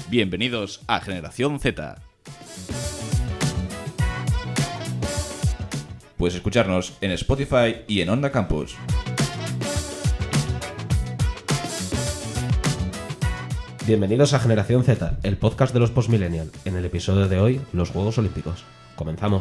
Bienvenidos a Generación Z. Puedes escucharnos en Spotify y en Onda Campus. Bienvenidos a Generación Z, el podcast de los postmillennial. En el episodio de hoy, los Juegos Olímpicos. Comenzamos.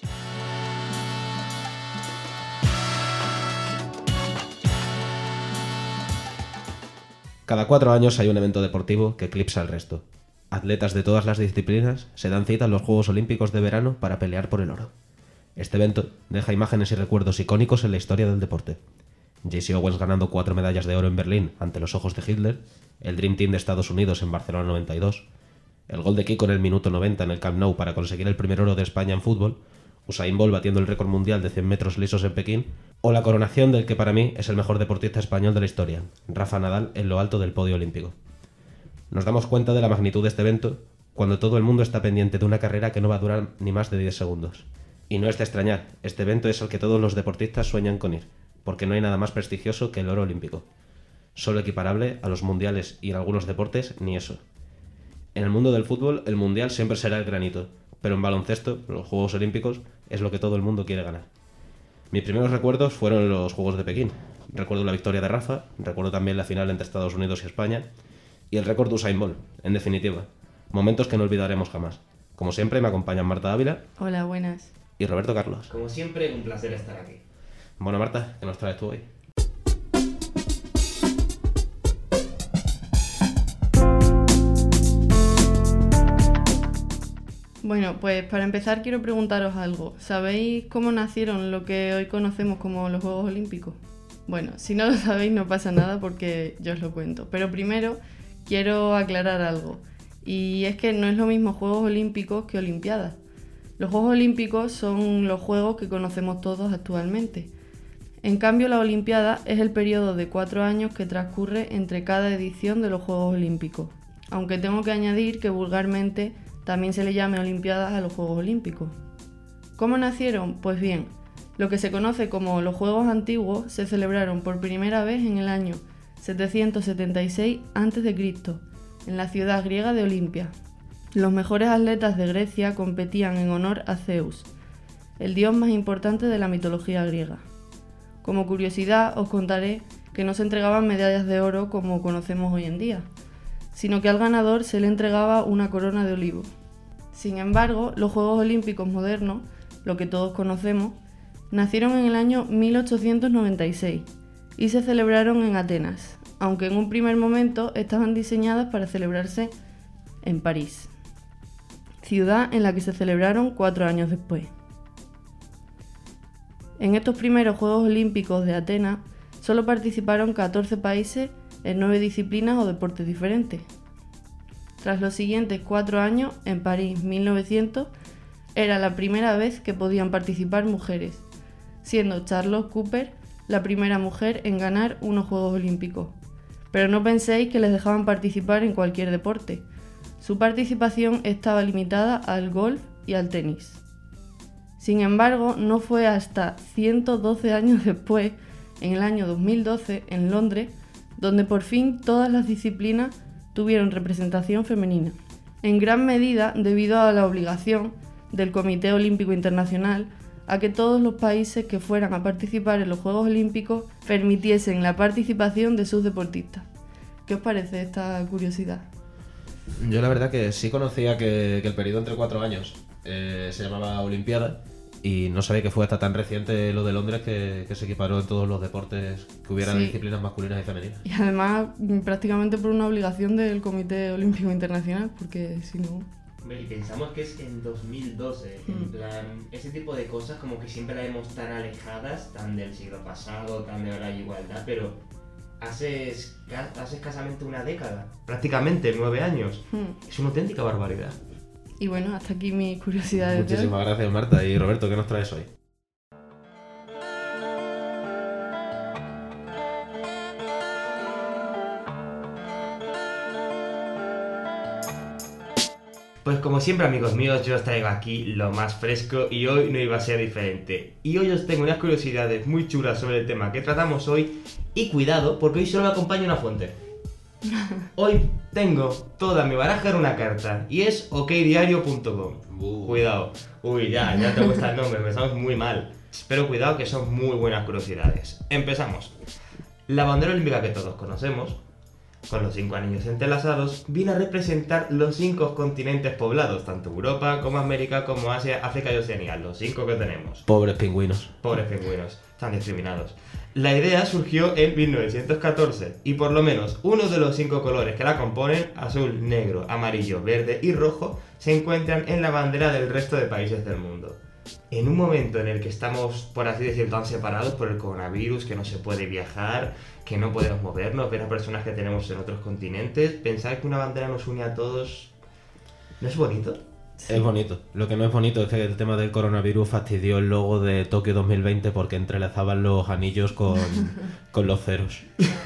Cada 4 años hay un evento deportivo que eclipsa al resto. Atletas de todas las disciplinas se dan cita en los Juegos Olímpicos de verano para pelear por el oro. Este evento deja imágenes y recuerdos icónicos en la historia del deporte. Jesse Owens ganando 4 medallas de oro en Berlín ante los ojos de Hitler, el Dream Team de Estados Unidos en Barcelona 92, el gol de Kiko en el minuto 90 en el Camp Nou para conseguir el primer oro de España en fútbol, Usain Bolt batiendo el récord mundial de 100 metros lisos en Pekín, o la coronación del que para mí es el mejor deportista español de la historia, Rafa Nadal en lo alto del podio olímpico. Nos damos cuenta de la magnitud de este evento cuando todo el mundo está pendiente de una carrera que no va a durar ni más de 10 segundos. Y no es de extrañar, este evento es al que todos los deportistas sueñan con ir, porque no hay nada más prestigioso que el oro olímpico. Solo equiparable a los mundiales y en algunos deportes, ni eso. En el mundo del fútbol, el mundial siempre será el granito, pero en baloncesto, los Juegos Olímpicos, es lo que todo el mundo quiere ganar. Mis primeros recuerdos fueron los Juegos de Pekín. Recuerdo la victoria de Rafa, recuerdo también la final entre Estados Unidos y España, y el récord de Usain Bolt, en definitiva. Momentos que no olvidaremos jamás. Como siempre, me acompañan Marta Ávila. Hola, buenas. Y Roberto Carlos. Como siempre, un placer estar aquí. Bueno, Marta, ¿qué nos traes tú hoy? Bueno, pues para empezar quiero preguntaros algo. ¿Sabéis cómo nacieron lo que hoy conocemos como los Juegos Olímpicos? Bueno, si no lo sabéis no pasa nada porque yo os lo cuento. Pero primero quiero aclarar algo. Y es que no es lo mismo Juegos Olímpicos que Olimpiadas. Los Juegos Olímpicos son los juegos que conocemos todos actualmente. En cambio, la Olimpiada es el periodo de 4 años que transcurre entre cada edición de los Juegos Olímpicos. Aunque tengo que añadir que vulgarmente también se le llame Olimpiadas a los Juegos Olímpicos. ¿Cómo nacieron? Pues bien, lo que se conoce como los Juegos Antiguos se celebraron por primera vez en el año 776 a.C., en la ciudad griega de Olimpia. Los mejores atletas de Grecia competían en honor a Zeus, el dios más importante de la mitología griega. Como curiosidad os contaré que no se entregaban medallas de oro como conocemos hoy en día, sino que al ganador se le entregaba una corona de olivo. Sin embargo, los Juegos Olímpicos modernos, lo que todos conocemos, nacieron en el año 1896 y se celebraron en Atenas, aunque en un primer momento estaban diseñadas para celebrarse en París, ciudad en la que se celebraron 4 años después. En estos primeros Juegos Olímpicos de Atenas solo participaron 14 países en 9 disciplinas o deportes diferentes. Tras los siguientes 4 años, en París 1900, era la primera vez que podían participar mujeres, siendo Charlotte Cooper la primera mujer en ganar unos Juegos Olímpicos. Pero no penséis que les dejaban participar en cualquier deporte. Su participación estaba limitada al golf y al tenis. Sin embargo, no fue hasta 112 años después, en el año 2012, en Londres, donde por fin todas las disciplinas tuvieron representación femenina. En gran medida debido a la obligación del Comité Olímpico Internacional a que todos los países que fueran a participar en los Juegos Olímpicos permitiesen la participación de sus deportistas. ¿Qué os parece esta curiosidad? Yo la verdad que sí conocía que el periodo entre 4 años se llamaba Olimpiada y no sabía que fue hasta tan reciente lo de Londres que se equiparó en todos los deportes que hubieran disciplinas masculinas y femeninas. Y además prácticamente por una obligación del Comité Olímpico Internacional, porque si no... Y pensamos que es en 2012, en plan, ese tipo de cosas como que siempre las vemos tan alejadas, tan del siglo pasado, tan de la igualdad, pero hace escasamente una década, prácticamente 9 años, es una auténtica barbaridad. Y bueno, hasta aquí mi curiosidad. Muchísimas gracias, Marta. Y Roberto, ¿qué nos traes hoy? Pues como siempre, amigos míos, yo os traigo aquí lo más fresco y hoy no iba a ser diferente. Y hoy os tengo unas curiosidades muy chulas sobre el tema que tratamos hoy. Y cuidado, porque hoy solo me acompaña una fuente. Hoy tengo toda mi baraja en una carta y es okdiario.com. Cuidado. Uy, ya te gusta el nombre, empezamos muy mal. Pero cuidado que son muy buenas curiosidades. Empezamos. La bandera olímpica que todos conocemos, con los 5 anillos entrelazados, viene a representar los 5 continentes poblados, tanto Europa como América como Asia, África y Oceanía, los 5 que tenemos. Pobres pingüinos. Pobres pingüinos, están discriminados. La idea surgió en 1914 y por lo menos uno de los 5 colores que la componen, azul, negro, amarillo, verde y rojo, se encuentran en la bandera del resto de países del mundo. En un momento en el que estamos, por así decirlo, tan separados por el coronavirus, que no se puede viajar, que no podemos movernos, ver a personas que tenemos en otros continentes, pensar que una bandera nos une a todos, ¿no es bonito? Sí. Es bonito. Lo que no es bonito es que el tema del coronavirus fastidió el logo de Tokio 2020 porque entrelazaban los anillos con los ceros.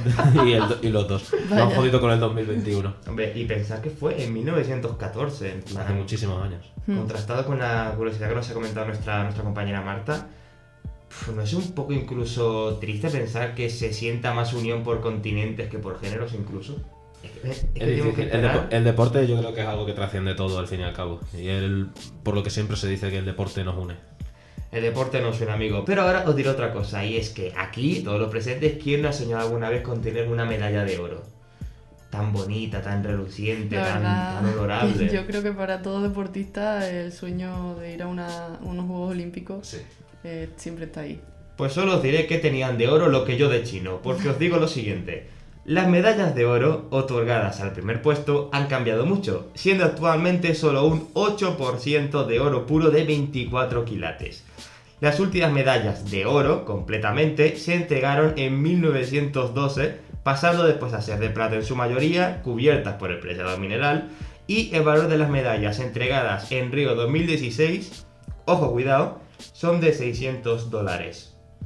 y los dos. Lo han jodido con el 2021. Hombre, y pensar que fue en 1914, en plan, Hace muchísimos años. contrastado con la curiosidad que nos ha comentado nuestra compañera Marta. ¿No es un poco incluso triste pensar que se sienta más unión por continentes que por géneros incluso? Es que tengo que esperar. El deporte yo creo que es algo que trasciende todo al fin y al cabo. Y por lo que siempre se dice que el deporte nos une. El deporte no es un amigo. Pero ahora os diré otra cosa, y es que aquí, todos los presentes, ¿quién no ha soñado alguna vez con tener una medalla de oro? Tan bonita, tan reluciente, La verdad, tan honorable. yo creo que para todo deportista el sueño de ir a unos Juegos Olímpicos Sí. siempre está ahí. Pues solo os diré que tenían de oro lo que yo de chino, porque os digo lo siguiente. Las medallas de oro otorgadas al primer puesto han cambiado mucho, siendo actualmente solo un 8% de oro puro de 24 quilates. Las últimas medallas de oro, completamente, se entregaron en 1912, pasando después a ser de plata en su mayoría, cubiertas por el preciado mineral, y el valor de las medallas entregadas en Río 2016, ojo cuidado, son de $600.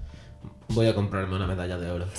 Voy a comprarme una medalla de oro.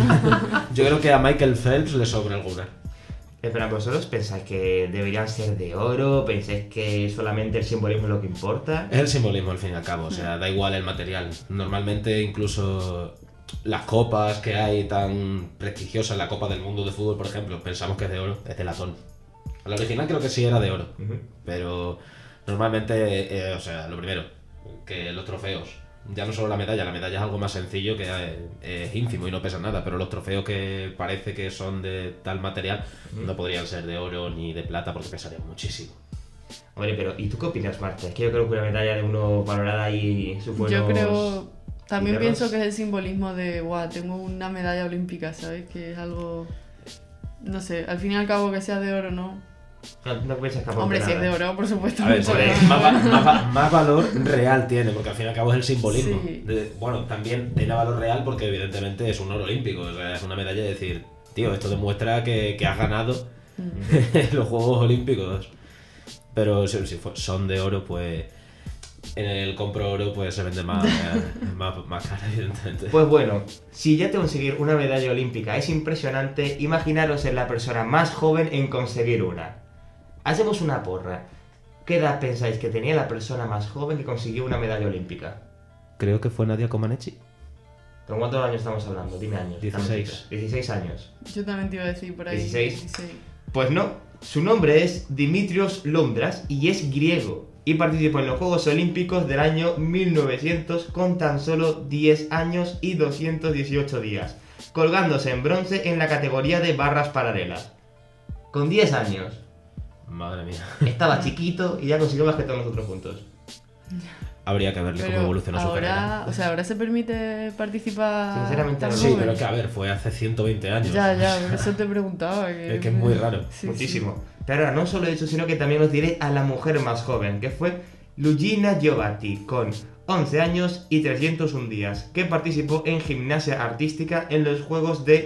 Yo creo que a Michael Phelps le sobra alguna. Espera, ¿vosotros pensáis que deberían ser de oro? ¿Pensáis que solamente el simbolismo es lo que importa? Es el simbolismo al fin y al cabo, o sea, da igual el material. Normalmente incluso las copas que hay tan prestigiosas, la Copa del Mundo de Fútbol, por ejemplo, pensamos que es de oro, es de latón. La original creo que sí era de oro, pero normalmente, o sea, lo primero, que los trofeos, ya no solo la medalla es algo más sencillo que es ínfimo y no pesa nada, pero los trofeos que parece que son de tal material no podrían ser de oro ni de plata porque pesarían muchísimo. Hombre, pero ¿y tú qué opinas, Marta? Es que yo creo que una medalla de uno valorada y sus buenos... Yo creo, también dineros. pienso que es el simbolismo de, guau, tengo una medalla olímpica, ¿sabes? Que es algo, no sé, al fin y al cabo que sea de oro, ¿no? No piensas que aporte Hombre, si es nada. de oro, por supuesto. A ver, mucho hombre, más. más valor real tiene, porque al fin y al cabo es el simbolismo. Sí. Bueno, también tiene valor real porque evidentemente es un oro olímpico, o sea, es una medalla de decir, tío, esto demuestra que has ganado los Juegos Olímpicos. Pero si son de oro, pues en el compro oro pues se vende más caro, evidentemente. Pues bueno, si ya conseguir una medalla olímpica es impresionante, imaginaros ser la persona más joven en conseguir una. Hacemos una porra. ¿Qué edad pensáis que tenía la persona más joven que consiguió una medalla olímpica? Creo que fue Nadia Comaneci. ¿Con cuántos años estamos hablando? Dime años. 16. 16 años. Yo también te iba a decir por ahí. 16. Pues no, su nombre es Dimitrios Londras y es griego. Y participó en los Juegos Olímpicos del año 1900 con tan solo 10 años y 218 días, colgándose en bronce en la categoría de barras paralelas. Con 10 años. Madre mía. Estaba chiquito y ya consiguió más que todos nosotros juntos. Habría que verle cómo Pero evolucionó su carrera. ahora, o sea, ahora se permite participar. Sinceramente tan no. Sí, joven. pero es que a ver, fue hace 120 años. Ya, por eso te preguntaba. Es que es muy raro. Sí, Muchísimo. Pero ahora no solo eso, sino que también os diré a la mujer más joven, que fue Luigina Giovatti, con 11 años y 301 días, que participó en gimnasia artística en los Juegos de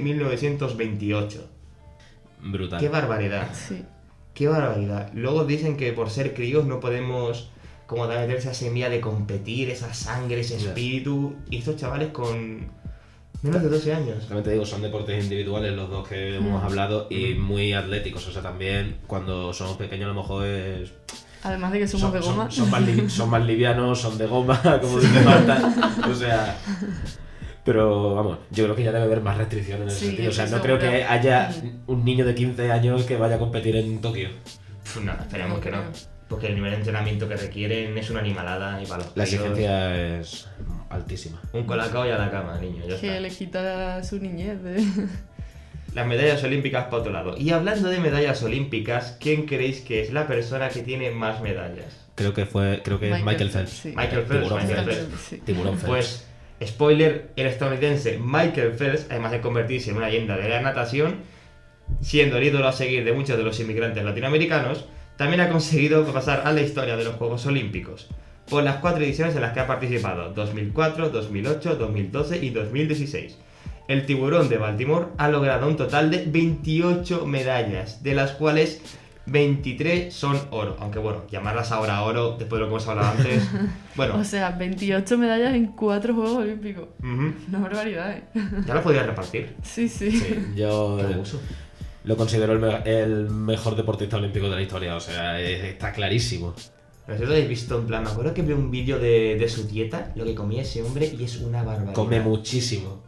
1928. Brutal. ¡Qué barbaridad! Sí. ¡Qué barbaridad! Luego dicen que por ser críos no podemos como tener esa semilla de competir, esa sangre, ese Ya. espíritu. Y estos chavales con menos de 12 años. También te digo, son deportes individuales los dos que hemos hablado y muy atléticos. O sea, también cuando somos pequeños a lo mejor es... Además de que somos de goma. Son más livianos, son de goma, como dice Marta. O sea, Pero vamos, yo creo que ya debe haber más restricciones en ese Sí, sentido. O sea, estoy no creo que segura. haya un niño de 15 años que vaya a competir en Tokio. No, esperemos No que no. creo. Porque el nivel de entrenamiento que requieren es una animalada y para los La críos, exigencia es altísima. un colacao y a la cama, niño, ya Que está. le quita su niñez de... Las medallas olímpicas para otro lado. Y hablando de medallas olímpicas, ¿quién creéis que es la persona que tiene más medallas? Creo que es Michael Phelps. sí. Michael Phelps, Tiburón Michael Phelps. Phelps. Sí. Tiburón Phelps. Pues, spoiler, el estadounidense Michael Phelps, además de convertirse en una leyenda de la natación, siendo el ídolo a seguir de muchos de los inmigrantes latinoamericanos, también ha conseguido pasar a la historia de los Juegos Olímpicos, por las 4 ediciones en las que ha participado, 2004, 2008, 2012 y 2016. El tiburón de Baltimore ha logrado un total de 28 medallas, de las cuales 23 son oro. Aunque bueno, llamarlas ahora oro, después de lo que hemos hablado antes, bueno, O sea, 28 medallas en 4 Juegos Olímpicos. ujú, Una barbaridad, ¿eh? ya lo podías repartir. Sí, sí. Sí, yo Qué abuso. lo considero el mejor deportista olímpico de la historia. O sea, está clarísimo. Pero si lo habéis visto en plan, me acuerdo que vi un vídeo de su dieta, lo que comía ese hombre, y es una barbaridad. Come muchísimo.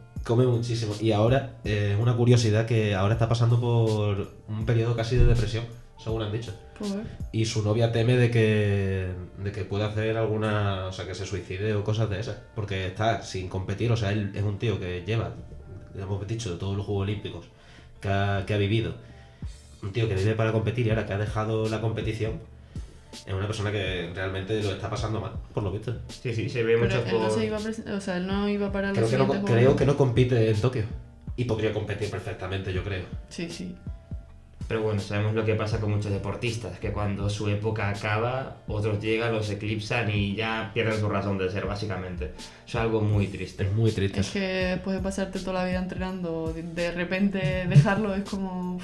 Y ahora, una curiosidad que ahora está pasando por un periodo casi de depresión, según han dicho. Por- Y su novia teme de que pueda hacer alguna, o sea, que se suicide o cosas de esas. Porque está sin competir, o sea, él es un tío que lleva, hemos dicho, de todos los Juegos Olímpicos que ha vivido. Un tío que vive para competir y ahora que ha dejado la competición, es una persona que realmente lo está pasando mal, por lo visto. Sí, sí, se ve Pero muchos él no juegos. se iba a presentar, o sea, él no iba para los Creo que, siguientes no, Juegos creo que no Olímpicos. compite en Tokio. Y podría competir perfectamente, yo creo. Sí, sí. Pero bueno, sabemos lo que pasa con muchos deportistas, que cuando su época acaba, otros llegan, los eclipsan y ya pierden su razón de ser, básicamente. Es algo muy triste. Es muy triste. Es que después de pasarte toda la vida entrenando, de repente dejarlo es como... uf.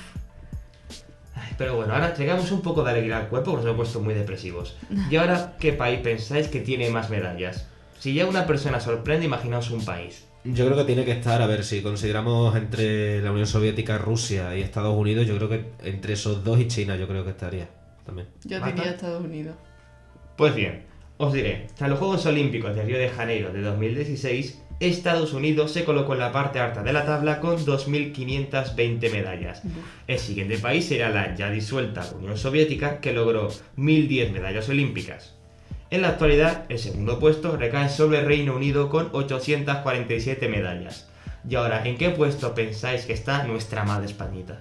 Ay, pero bueno, ahora traigamos un poco de alegría al cuerpo porque nos hemos puesto muy depresivos. Y ahora, ¿qué país pensáis que tiene más medallas? Si ya una persona sorprende, imaginaos un país. Yo creo que tiene que estar, a ver, si consideramos entre la Unión Soviética, Rusia y Estados Unidos, yo creo que entre esos dos y China yo creo que estaría también. Yo ¿Marta? diría Estados Unidos. Pues bien, os diré, tras los Juegos Olímpicos de Río de Janeiro de 2016, Estados Unidos se colocó en la parte alta de la tabla con 2.520 medallas. El siguiente país era la ya disuelta Unión Soviética, que logró 1.010 medallas olímpicas. En la actualidad, el segundo puesto recae sobre el Reino Unido con 847 medallas. Y ahora, ¿en qué puesto pensáis que está nuestra amada Españita?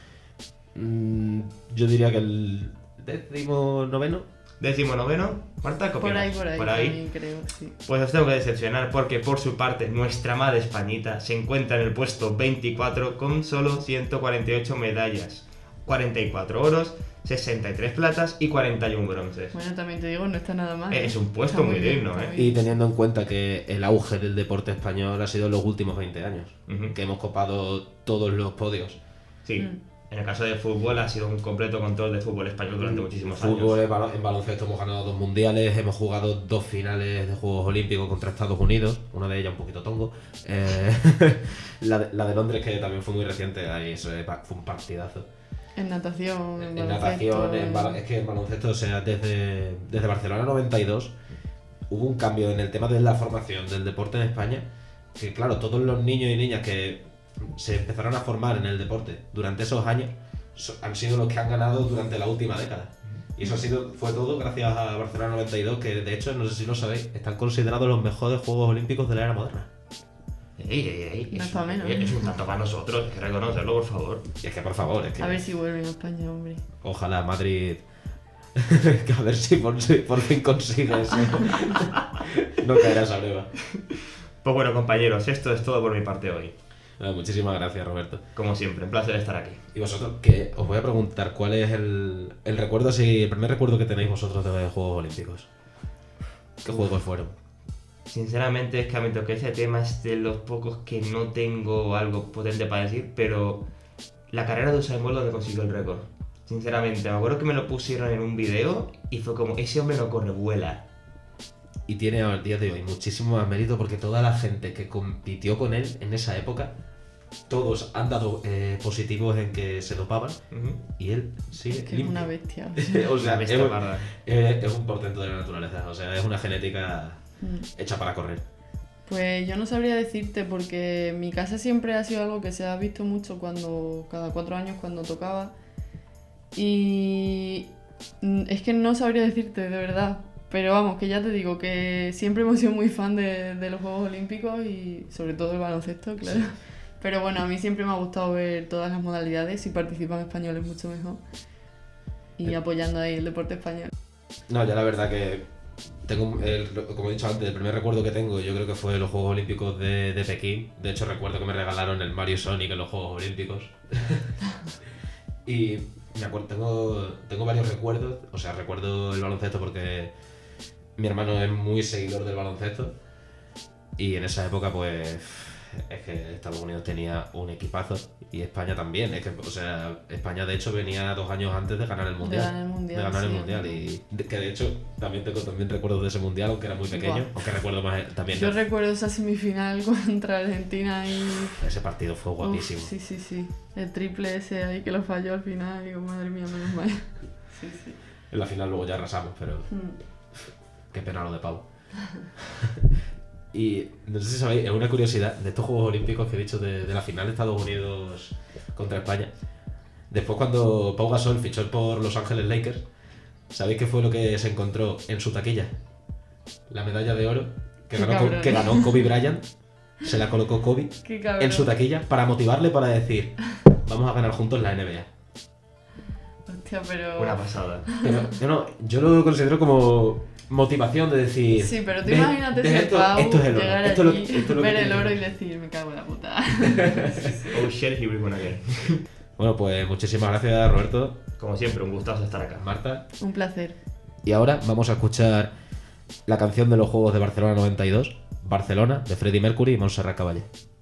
Yo diría que el 19º. 19º, Marta, ¿qué Por ahí, opinas? también creo, sí. Pues os tengo que decepcionar porque por su parte nuestra amada Españita se encuentra en el puesto 24 con solo 148 medallas, 44 oros, 63 platas y 41 bronces. Bueno, también te digo, no está nada mal. Es un puesto Está muy bien, digno, está ¿eh? bien. Y teniendo en cuenta que el auge del deporte español ha sido en los últimos 20 años, Ujú. que hemos copado todos los podios. Sí, Mm. en el caso del fútbol ha sido un completo control de fútbol español durante muchísimos Fútbol, años. en baloncesto hemos ganado 2 mundiales, hemos jugado 2 finales de Juegos Olímpicos contra Estados Unidos, una de ellas un poquito tongo. La de Londres, que también fue muy reciente, ahí fue un partidazo. En natación, en En baloncesto, natación, es que en baloncesto, o sea, desde Barcelona 92 hubo un cambio en el tema de la formación del deporte en España, que claro, todos los niños y niñas que se empezaron a formar en el deporte durante esos años han sido los que han ganado durante la última década. Y eso fue todo gracias a Barcelona 92, que de hecho, no sé si lo sabéis, están considerados los mejores Juegos Olímpicos de la era moderna. No es, está menos. es un tanto para nosotros, hay que reconocerlo, por favor. Y es que, por favor, es que A ver si vuelven a España, hombre. ojalá Madrid... que a ver si por fin consigue eso. No caerá esa prueba. Pues bueno, compañeros, esto es todo por mi parte hoy. Bueno, muchísimas gracias, Roberto. Como siempre, un placer estar aquí. Y vosotros, que os voy a preguntar, ¿cuál es el recuerdo, el primer recuerdo que tenéis vosotros de los Juegos Olímpicos? ¿Qué juegos fueron? Sinceramente es que a mí toque ese tema es de los pocos que no tengo algo potente para decir, pero la carrera de Usain Bolt donde consiguió el récord. Sinceramente, me acuerdo que me lo pusieron en un video y fue como, ese hombre no corre, vuela. Y tiene al día de hoy muchísimo más mérito porque toda la gente que compitió con él en esa época, todos han dado positivos en que se dopaban Ujú. y él sigue Es que es limpio. una bestia. O sea, Una bestia parda. es un portento de la naturaleza, o sea, es una genética Mm. hecha para correr. Pues yo no sabría decirte porque en mi casa siempre ha sido algo que se ha visto mucho cada 4 años cuando tocaba. Y es que no sabría decirte, de verdad. Pero vamos, que ya te digo que siempre hemos sido muy fan de los Juegos Olímpicos y sobre todo el baloncesto, claro. Sí. Pero bueno, a mí siempre me ha gustado ver todas las modalidades y participan españoles mucho mejor. Y apoyando ahí el deporte español. No, ya la verdad que tengo, como he dicho antes, el primer recuerdo que tengo yo creo que fue los Juegos Olímpicos de Pekín. De hecho recuerdo que me regalaron el Mario Sonic en los Juegos Olímpicos. Y me acuerdo, tengo varios recuerdos. O sea, recuerdo el baloncesto porque mi hermano es muy seguidor del baloncesto. Y en esa época pues es que Estados Unidos tenía un equipazo y España también. Es que, o sea, España de hecho venía 2 años antes de ganar el Mundial. De ganar el Mundial. Y que de hecho también tengo recuerdos de ese Mundial, aunque era muy pequeño. Wow. Aunque recuerdo más también. Yo recuerdo esa semifinal contra Argentina y... Ese partido fue guapísimo. Uf, sí. El triple ese ahí que lo falló al final. Y digo, madre mía, menos mal. Sí. En la final luego ya arrasamos, pero... Qué pena lo de Pau. Y no sé si sabéis, es una curiosidad de estos Juegos Olímpicos que he dicho de la final de Estados Unidos contra España. Después cuando Pau Gasol fichó por Los Ángeles Lakers, ¿sabéis qué fue lo que se encontró en su taquilla? La medalla de oro que ganó Kobe Bryant. Se la colocó Kobe en su taquilla para motivarle, para decir, vamos a ganar juntos la NBA. Hostia, pero... Una pasada. Pero yo lo considero como... motivación de decir... Sí, pero tú imagínate si el Pau llegar allí, ver el oro y decir, me cago en la puta. Oh shit, here we go again. Bueno, pues muchísimas gracias, Roberto. Como siempre, un gustazo estar acá. Marta. Un placer. Y ahora vamos a escuchar la canción de los Juegos de Barcelona 92, Barcelona, de Freddie Mercury y Montserrat Caballé.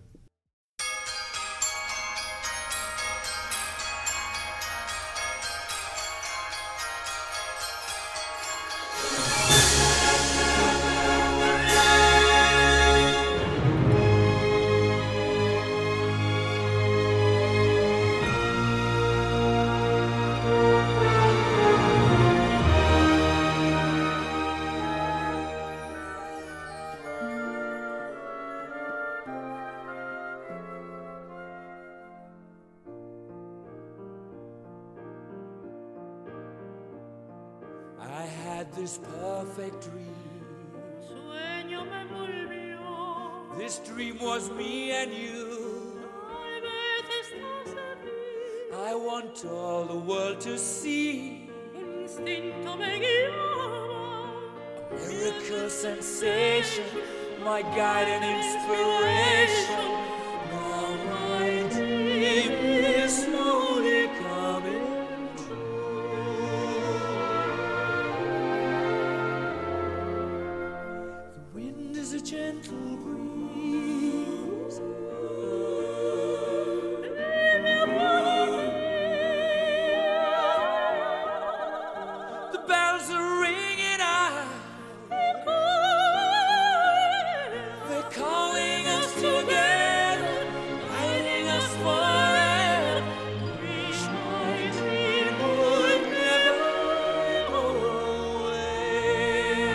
This perfect dream. Sueño me envolvió. This dream was me and you. Tal vez estás aquí. I want all the world to see. El instinto me guiaba. A miracle sensation, my guide and inspiration. Now my dream is slowly coming. A gentle breeze. The bells are ringing out. They're calling us together, guiding us forever. Wish my dream would never go away.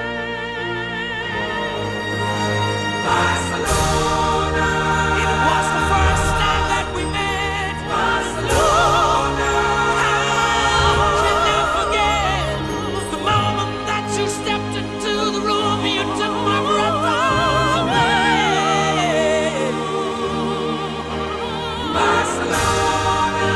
Barcelona, it was the first time that we met. Barcelona, how can I forget the moment that you stepped into the room? You took my breath away. Barcelona,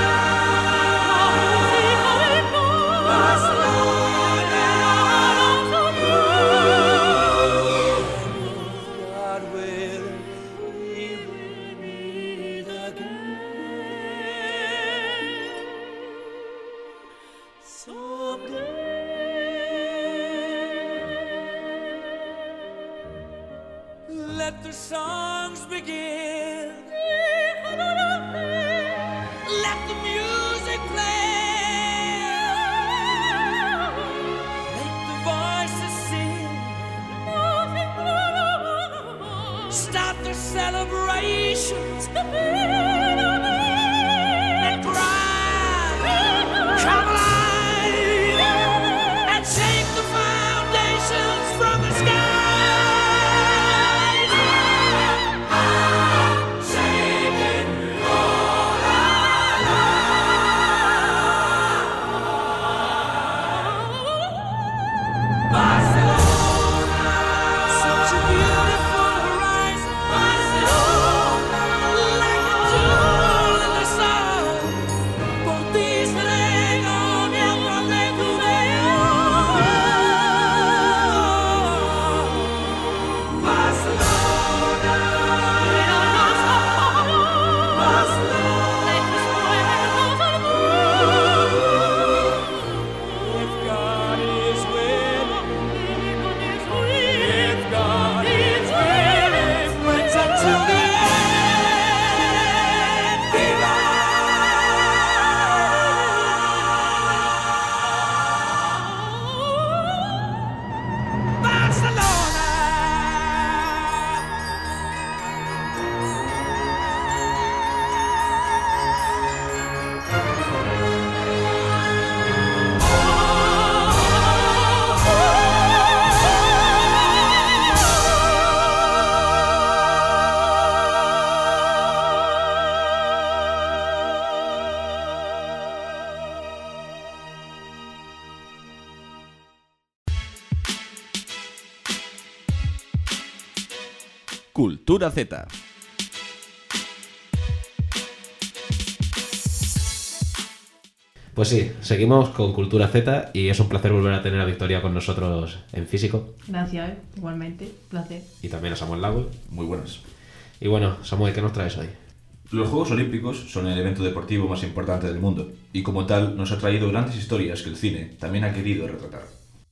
God will we will meet again someday. Let the songs begin. Let the music play. Make the voices sing. Start the celebrations and cry, come alive, and shake the foundations from the skies. Cultura Z. Pues sí, seguimos con Cultura Z y es un placer volver a tener a Victoria con nosotros en físico. Gracias, igualmente, placer. Y también a Samuel Lago. Muy buenas. Y bueno, Samuel, ¿qué nos traes hoy? Los Juegos Olímpicos son el evento deportivo más importante del mundo, y como tal nos ha traído grandes historias que el cine también ha querido retratar.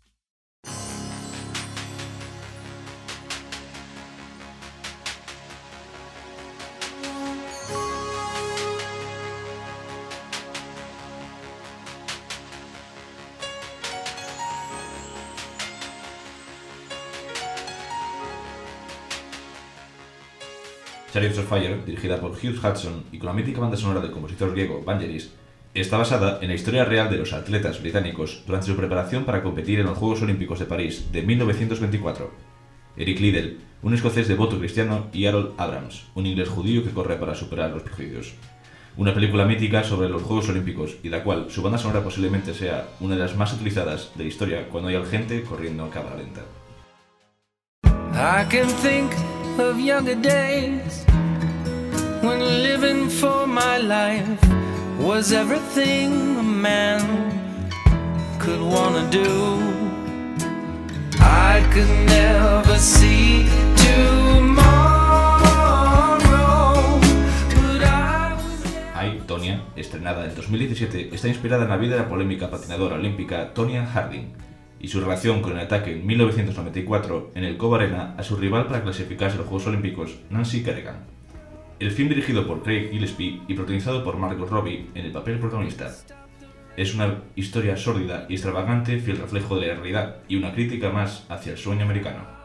Chariots of Fire, dirigida por Hugh Hudson y con la mítica banda sonora del compositor griego Vangelis, está basada en la historia real de los atletas británicos durante su preparación para competir en los Juegos Olímpicos de París de 1924. Eric Liddell, un escocés devoto cristiano, y Harold Abrams, un inglés judío que corre para superar los prejuicios. Una película mítica sobre los Juegos Olímpicos y la cual su banda sonora posiblemente sea una de las más utilizadas de la historia cuando hay gente corriendo a cámara lenta. I can think of younger days when living for my life was everything a man could wanna do. I could never see tomorrow, but I was I, Tonya, estrenada en 2017, está inspirada en la vida de la polémica patinadora olímpica Tonya Harding y su relación con el ataque en 1994 en el Cobo Arena a su rival para clasificarse a los Juegos Olímpicos, Nancy Kerrigan. El film, dirigido por Craig Gillespie y protagonizado por Margot Robbie en el papel protagonista, es una historia sórdida y extravagante, fiel reflejo de la realidad y una crítica más hacia el sueño americano.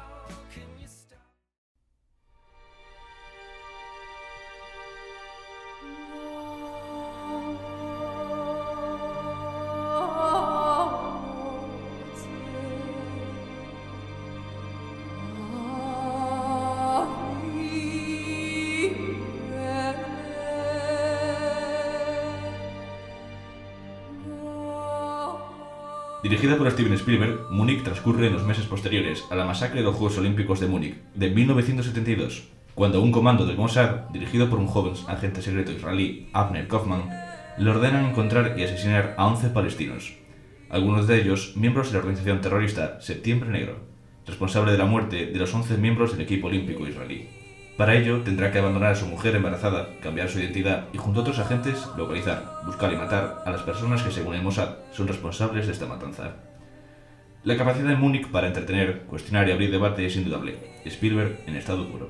Dirigida por Steven Spielberg, Múnich transcurre en los meses posteriores a la masacre de los Juegos Olímpicos de Múnich de 1972, cuando un comando del Mossad, dirigido por un joven agente secreto israelí, Avner Kaufman, le ordenan encontrar y asesinar a 11 palestinos, algunos de ellos miembros de la organización terrorista Septiembre Negro, responsable de la muerte de los 11 miembros del equipo olímpico israelí. Para ello, tendrá que abandonar a su mujer embarazada, cambiar su identidad y, junto a otros agentes, localizar, buscar y matar a las personas que, según el Mossad, son responsables de esta matanza. La capacidad de Múnich para entretener, cuestionar y abrir debate es indudable. Spielberg en estado puro.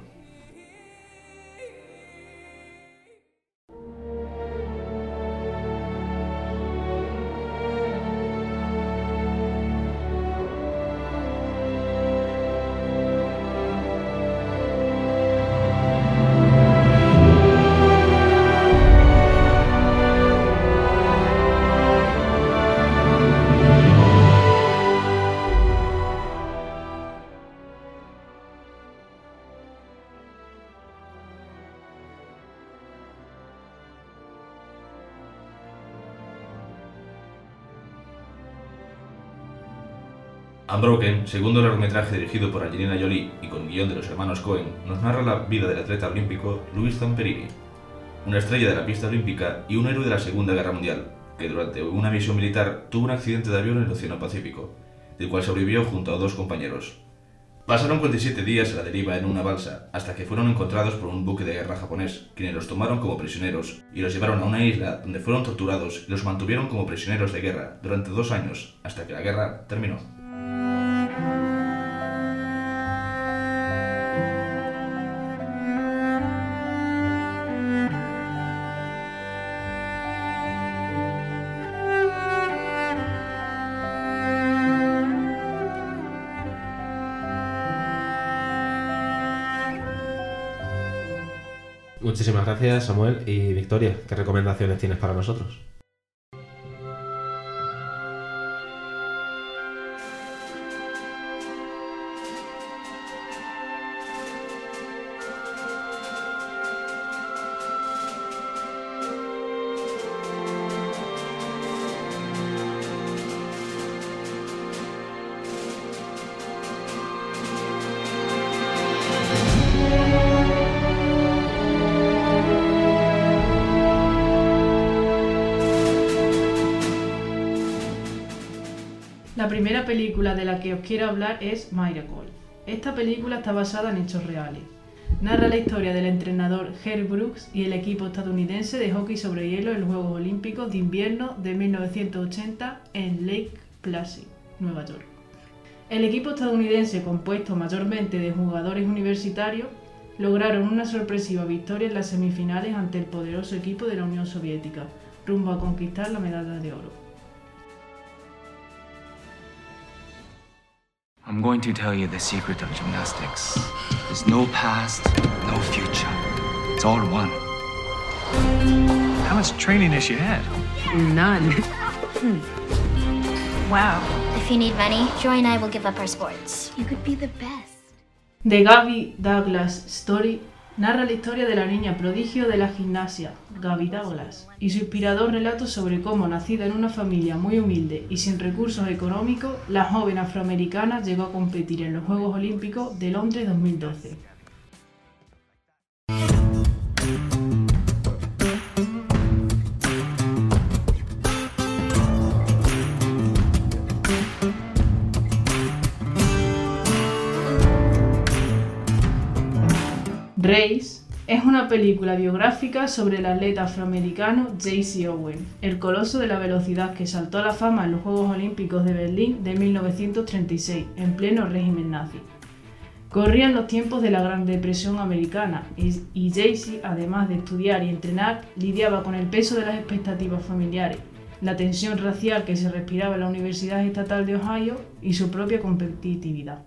Unbroken, segundo largometraje dirigido por Angelina Jolie y con guión de los hermanos Coen, nos narra la vida del atleta olímpico Luis Zamperini, una estrella de la pista olímpica y un héroe de la Segunda Guerra Mundial, que durante una misión militar tuvo un accidente de avión en el Océano Pacífico, del cual sobrevivió junto a 2 compañeros. Pasaron 47 días a la deriva en una balsa, hasta que fueron encontrados por un buque de guerra japonés, quienes los tomaron como prisioneros y los llevaron a una isla donde fueron torturados y los mantuvieron como prisioneros de guerra durante 2 años, hasta que la guerra terminó. Muchísimas gracias, Samuel y Victoria. ¿Qué recomendaciones tienes para nosotros? primera película de la que os quiero hablar es Miracle. Esta película está basada en hechos reales. Narra la historia del entrenador Herb Brooks y el equipo estadounidense de hockey sobre hielo en los Juegos Olímpicos de Invierno de 1980 en Lake Placid, Nueva York. El equipo estadounidense, compuesto mayormente de jugadores universitarios, lograron una sorpresiva victoria en las semifinales ante el poderoso equipo de la Unión Soviética, rumbo a conquistar la medalla de oro. I'm going to tell you the secret of gymnastics. There's no past, no future. It's all one. How much training has she had? None. Wow. If you need money, Joy and I will give up our sports. You could be the best. The Gabby Douglas Story narra la historia de la niña prodigio de la gimnasia, Gabby Douglas, y su inspirador relato sobre cómo, nacida en una familia muy humilde y sin recursos económicos, la joven afroamericana llegó a competir en los Juegos Olímpicos de Londres 2012. Race es una película biográfica sobre el atleta afroamericano Jaycee Owens, el coloso de la velocidad que saltó a la fama en los Juegos Olímpicos de Berlín de 1936, en pleno régimen nazi. Corrían los tiempos de la Gran Depresión americana y Jaycee, además de estudiar y entrenar, lidiaba con el peso de las expectativas familiares, la tensión racial que se respiraba en la Universidad Estatal de Ohio y su propia competitividad.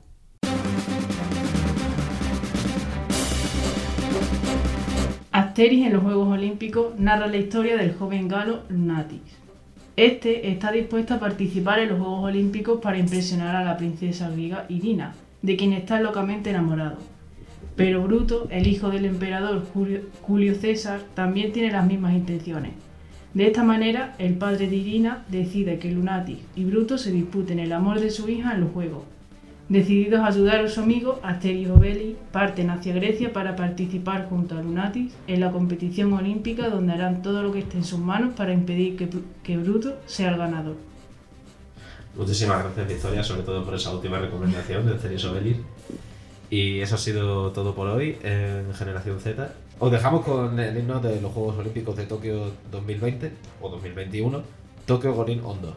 Asteris en los Juegos Olímpicos narra la historia del joven galo Lunatic. Este está dispuesto a participar en los Juegos Olímpicos para impresionar a la princesa griega Irina, de quien está locamente enamorado. Pero Bruto, el hijo del emperador Julio César, también tiene las mismas intenciones. De esta manera, el padre de Irina decide que Lunatic y Bruto se disputen el amor de su hija en los Juegos. Decididos a ayudar a su amigo, Asteris y Obelix parten hacia Grecia para participar junto a Lunatic en la competición olímpica, donde harán todo lo que esté en sus manos para impedir que Bruto sea el ganador. Muchísimas gracias, Victoria, sobre todo por esa última recomendación de Asteris y Obelix. Y eso ha sido todo por hoy en Generación Z. Os dejamos con el himno de los Juegos Olímpicos de Tokio 2020 o 2021, Tokyo Gorin Ondo.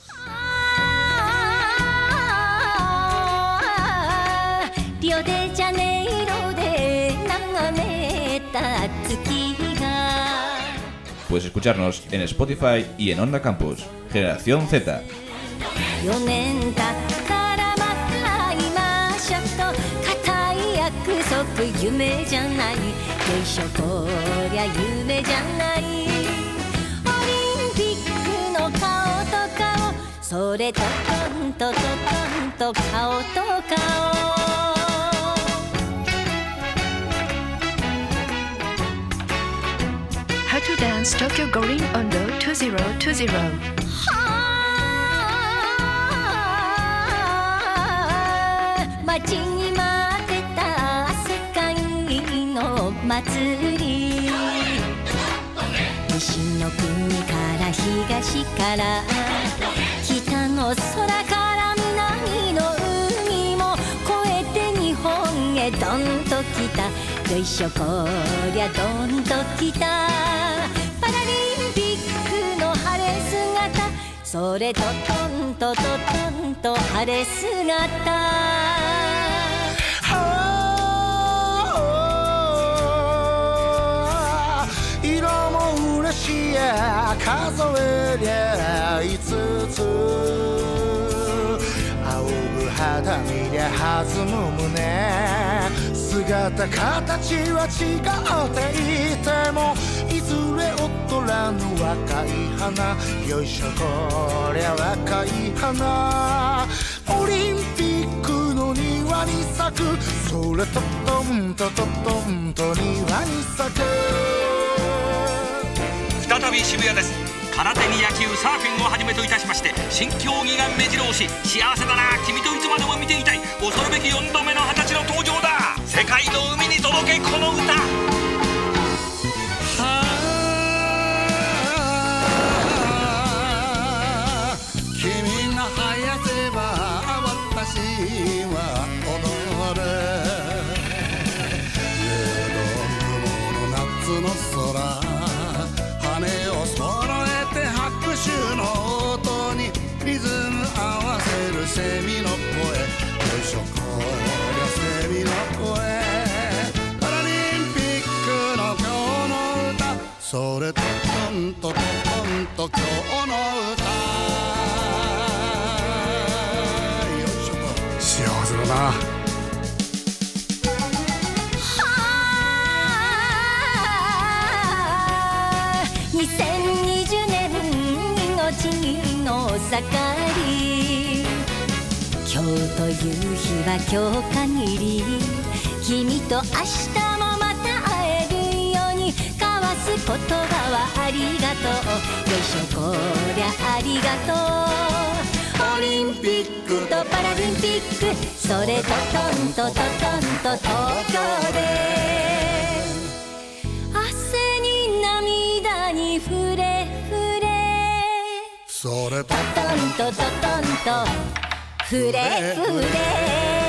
リオデジャネイロで眺めた月が Puedes escucharnos en Spotify y en Onda Campus. Generación Z. 4年経ったらまた会いましょうと固い約束夢じゃないよいしょこりゃ夢じゃないオリンピックの顔と顔それとトンとトトンと顔と顔 How to dance Tokyo Gorin Ondo 2020. 待ちに待ってた世界の祭り西の国から東から北の空から南の海も越えて日本へどんと来たよいしょこりゃどんと来たパラリンピックの晴れ姿それとトンとトトンと晴れ姿色も嬉しいや数えりゃ5つ仰ぐ肌見りゃ弾む胸姿形は違っていてもいずれ劣らぬ若い花よいしょこりゃ若い花オリンピックの庭に咲くそれとトンとトンと庭に咲く再び渋谷です。空手に野球サーフィンをはじめといたしまして新競技が目白押し幸せだな君といつまでも見ていたい恐るべき4度目の20歳の登場だ世界の海に届けこの歌君が生やせばな。 2020年命の盛り、今日という日は今日限り、君と明日もまた会えるように交わす言葉はありがとう、よいしょこりゃありがとう。オリンピックとパラリンピック、それとトントトトンと東京で汗に涙に触れ触れ、 それとトントトトンと触れ触れ。